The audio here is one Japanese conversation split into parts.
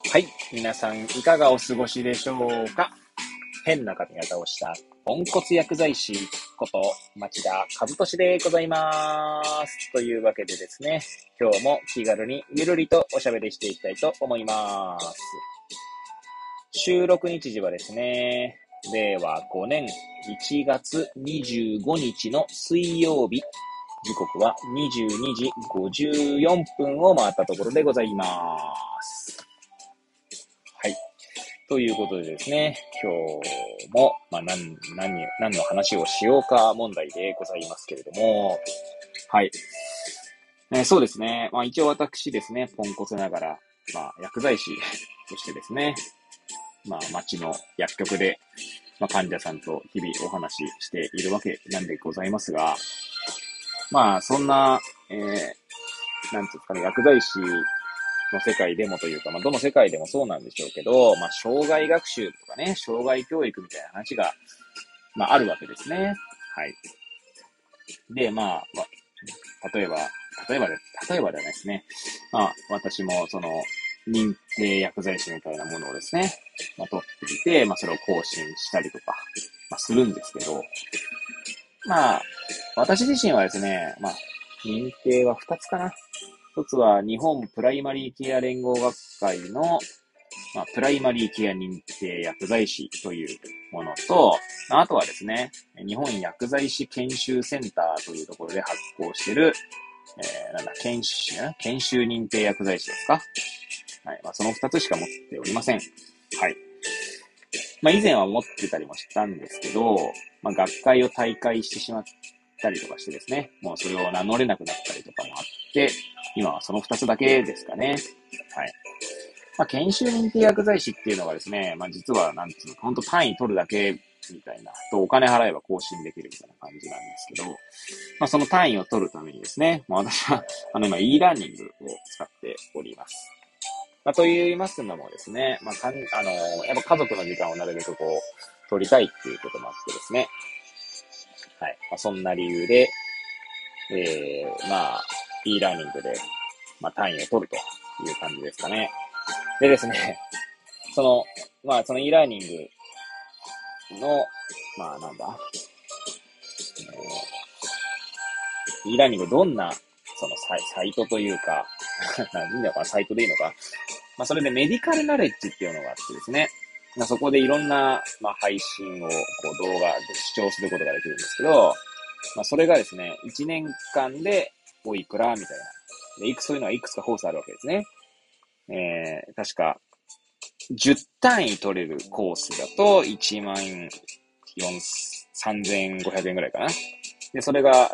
はい。皆さん、いかがお過ごしでしょうか？変な髪型をしたポンコツ薬剤師こと町田和俊でございます。というわけでですね、今日も気軽にゆるりとおしゃべりしていきたいと思います。収録日時はですね、令和5年1月25日の水曜日、時刻は22時54分を回ったところでございます。はい。ということでですね、今日も、何の話をしようか問題でございますけれども、はい。そうですね。一応私ですね、ポンコツながら、薬剤師としてですね、町の薬局で、患者さんと日々お話ししているわけなんでございますが、そんな、なんていうんですかね、薬剤師の世界でもというか、どの世界でもそうなんでしょうけど、障害学習とかね、障害教育みたいな話が、あるわけですね。はい。で、例えばではないですね。私も、認定薬剤師みたいなものをですね、取っていて、それを更新したりとか、するんですけど、私自身はですね、認定は2つかな。一つは日本プライマリーケア連合学会の、プライマリーケア認定薬剤師というものと、あとはですね、日本薬剤師研修センターというところで発行している、研修認定薬剤師ですか？はい。その2つしか持っておりません。はい。以前は持ってたりもしたんですけど、学会を退会してしまったりとかしてですね、もうそれを名乗れなくなったりとかもあって、今はその2つだけですかね。はい。研修認定薬剤師っていうのがですね、実は、ほんと単位取るだけみたいな、お金払えば更新できるみたいな感じなんですけど、その単位を取るためにですね、私は、今 e ラーニングを使っております。と言いますのもですね、やっぱ家族の時間をなるべく取りたいっていうこともあってですね、はい。そんな理由で、e ラーニングで、単位を取るという感じですかね。でですね、その e ラーニングの、なんだ、e ラーニングどんな、サイトというか、いいのかな、サイトでいいのか。それでメディカルナレッジっていうのがあってですね、そこでいろんな、配信を、動画で視聴することができるんですけど、それがですね、1年間で、おいくらみたいな。で、そういうのはいくつかコースあるわけですね。確か、10単位取れるコースだと、14,3500円ぐらいかな。で、それが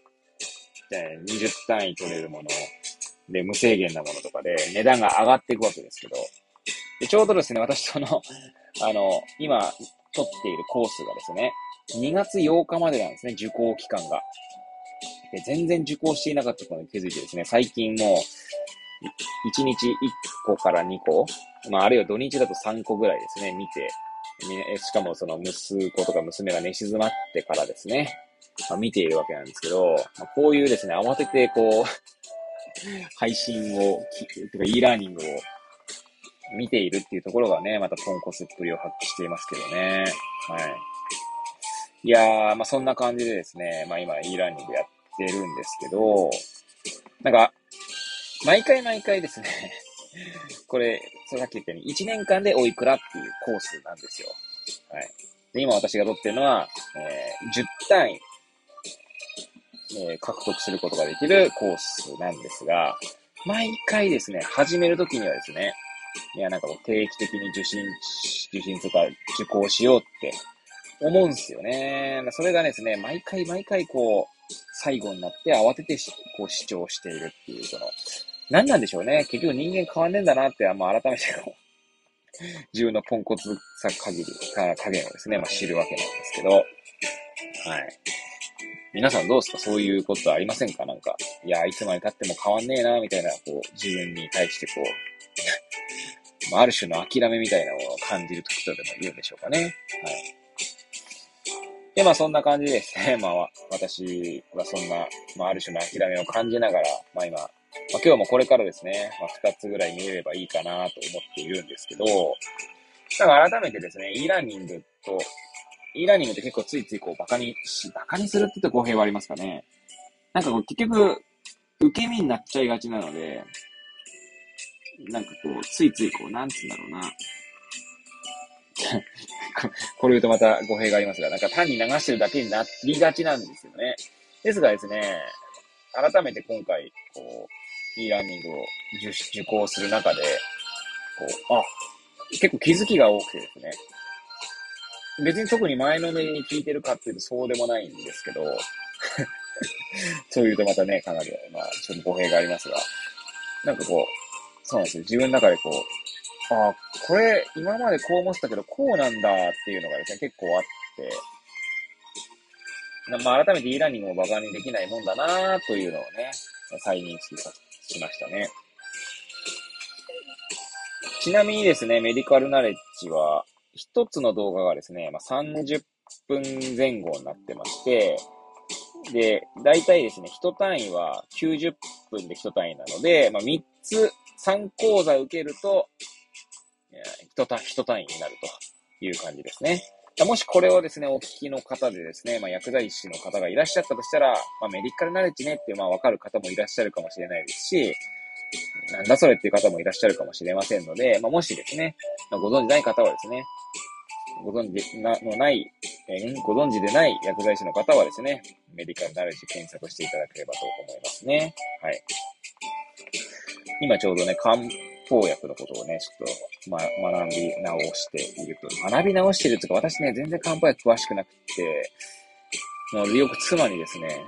60、20単位取れるもので、無制限なものとかで、値段が上がっていくわけですけど、でちょうどですね、私今、取っているコースがですね、2月8日までなんですね、受講期間が。で全然受講していなかったことに気づいてですね、最近もう、1日1個から2個、あるいは土日だと3個ぐらいですね、見て、しかもその息子とか娘が寝静まってからですね、見ているわけなんですけど、こういうですね、慌てて配信を、e ラーニングを見ているっていうところがね、またポンコツっぷりを発揮していますけどね。はい。いやー、そんな感じでですね、今 e ラーニングやってるんですけど、毎回ですね、これ、さっき言ったように1年間でおいくらっていうコースなんですよ。はい。で、今私が取ってるのは、10単位、獲得することができるコースなんですが、毎回ですね、始めるときにはですね、定期的に受診とか受講しようって思うんすよね。それがですね、毎回最後になって慌てて主張しているっていう、何なんでしょうね。結局人間変わんねえんだなって、改めて自分のポンコツさ加減をですね、知るわけなんですけど、はい。皆さんどうですか？そういうことありませんか？いや、いつまで経っても変わんねえな、みたいな、自分に対してある種の諦めみたいなものを感じる時とでも言うんでしょうかね。はい。で、そんな感じでですね、私はそんな、ある種の諦めを感じながら、今、 今日もこれからですね、2つぐらい見れればいいかなと思っているんですけど、だから改めてですね、e ラーニングって結構ついついこうバカにするって言うと語弊はありますかね。なんかこう結局、受け身になっちゃいがちなので、なんかこう、ついついこう、なんつうんだろうな。これ言うとまた語弊がありますが、なんか単に流してるだけになりがちなんですよね。ですがですね、改めて今回、こう、e ラーニングを受講する中で、こう、結構気づきが多くてですね。別に特に前のめりに聞いてるかっていうとそうでもないんですけど、そう言うとまたね、かなり、ちょっと語弊がありますが、なんかこう、そうなんですよ。自分の中でこう、これ、今までこう思ってたけど、こうなんだっていうのがですね、結構あって、改めて e ラーニングもバカにできないもんだなというのをね、再認識しましたね。ちなみにですね、メディカルナレッジは、一つの動画がですね、30分前後になってまして、で、大体ですね、一単位は90分で一単位なので、3つ、3講座受けると、一単位になるという感じですね。もしこれをですね、お聞きの方でですね、薬剤師の方がいらっしゃったとしたら、メディカルナレッジねってわかる方もいらっしゃるかもしれないですし、なんだそれっていう方もいらっしゃるかもしれませんので、もしですね、ご存知ない方はですね、ご存知でない薬剤師の方はですね、メディカルナレッジ検索していただければと思いますね。はい。今ちょうどね、漢方薬のことをね、ちょっと、学び直していると。学び直しているというか、私ね、全然漢方薬詳しくなくて、よく妻にですね、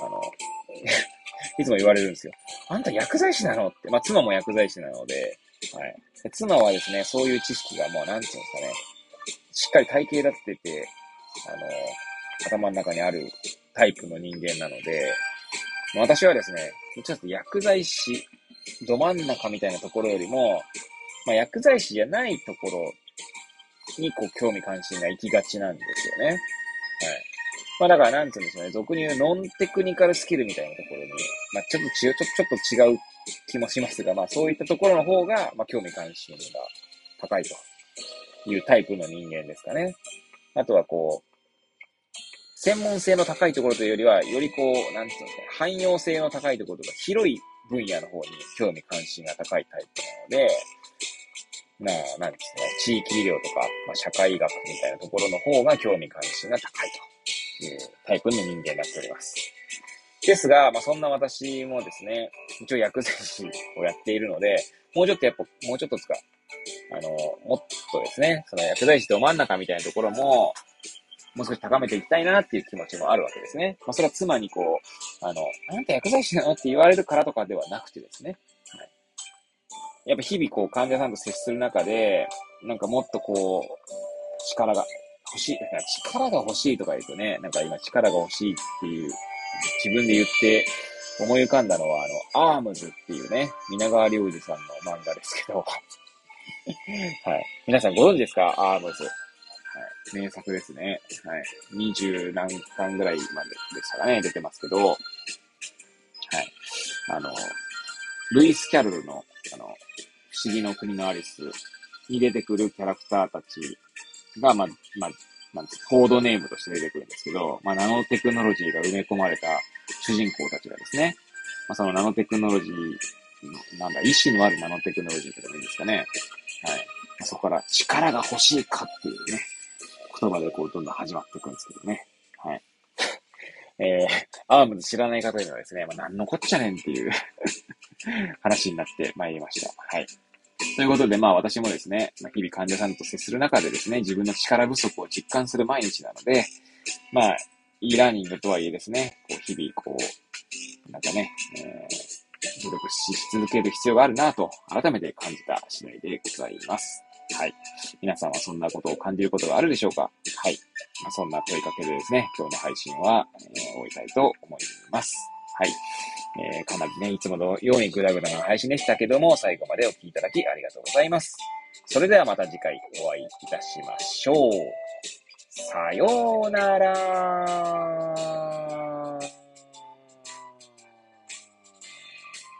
いつも言われるんですよ。あんた薬剤師なのって。妻も薬剤師なので、はい。妻はですね、そういう知識がもう、なんていうんですかね、しっかり体系立ってて、頭の中にあるタイプの人間なので、私はですね、ちょっと薬剤師、ど真ん中みたいなところよりも、薬剤師じゃないところに興味関心が行きがちなんですよね。はい。だからなんていうんですかね、俗に言うノンテクニカルスキルみたいなところに、ちょっと違う気もしますが、そういったところの方が、興味関心が高いというタイプの人間ですかね。あとは専門性の高いところというよりは、よりなんていうんですかね、汎用性の高いところとか、広い分野の方に興味関心が高いタイプなので、なんですね、地域医療とか、社会学みたいなところの方が興味関心が高いというタイプの人間になっております。ですが、そんな私もですね、一応薬剤師をやっているので、もうちょっとですか、もっとですね、その薬剤師ど真ん中みたいなところも、もう少し高めていきたいなっていう気持ちもあるわけですね。それは妻にあんた薬剤師なのって言われるからとかではなくてですね。はい、やっぱ日々患者さんと接する中で、もっと力が欲しい。力が欲しいとか言うとね、今力が欲しいっていう自分で言って思い浮かんだのはアームズっていうね、皆川良二さんの漫画ですけど、はい。皆さんご存知ですか？アームズ。はい。名作ですね。はい。20何巻ぐらいまででしたかね、出てますけど、はい。ルイス・キャロルの、不思議の国のアリスに出てくるキャラクターたちが、なんですコードネームとして出てくるんですけど、ナノテクノロジーが埋め込まれた主人公たちがですね、そのナノテクノロジーの、意志のあるナノテクノロジーとでもいいですかね。はい。そこから力が欲しいかっていうね、言葉でどんどん始まっていくんですけどね。はい。アームズ知らない方にはですね、何のこっちゃねんっていう話になってまいりました。はい。ということで、私もですね、日々患者さんと接する中でですね、自分の力不足を実感する毎日なので、e ラーニングとはいえですね、日々努力し続ける必要があるなと、改めて感じた次第でございます。はい。皆さんはそんなことを感じることがあるでしょうか？はい。そんな問いかけでですね、今日の配信は、終えたいと思います。はい。かなりね、いつものようにグダグダな配信でしたけども、最後までお聞きいただきありがとうございます。それではまた次回お会いいたしましょう。さようなら。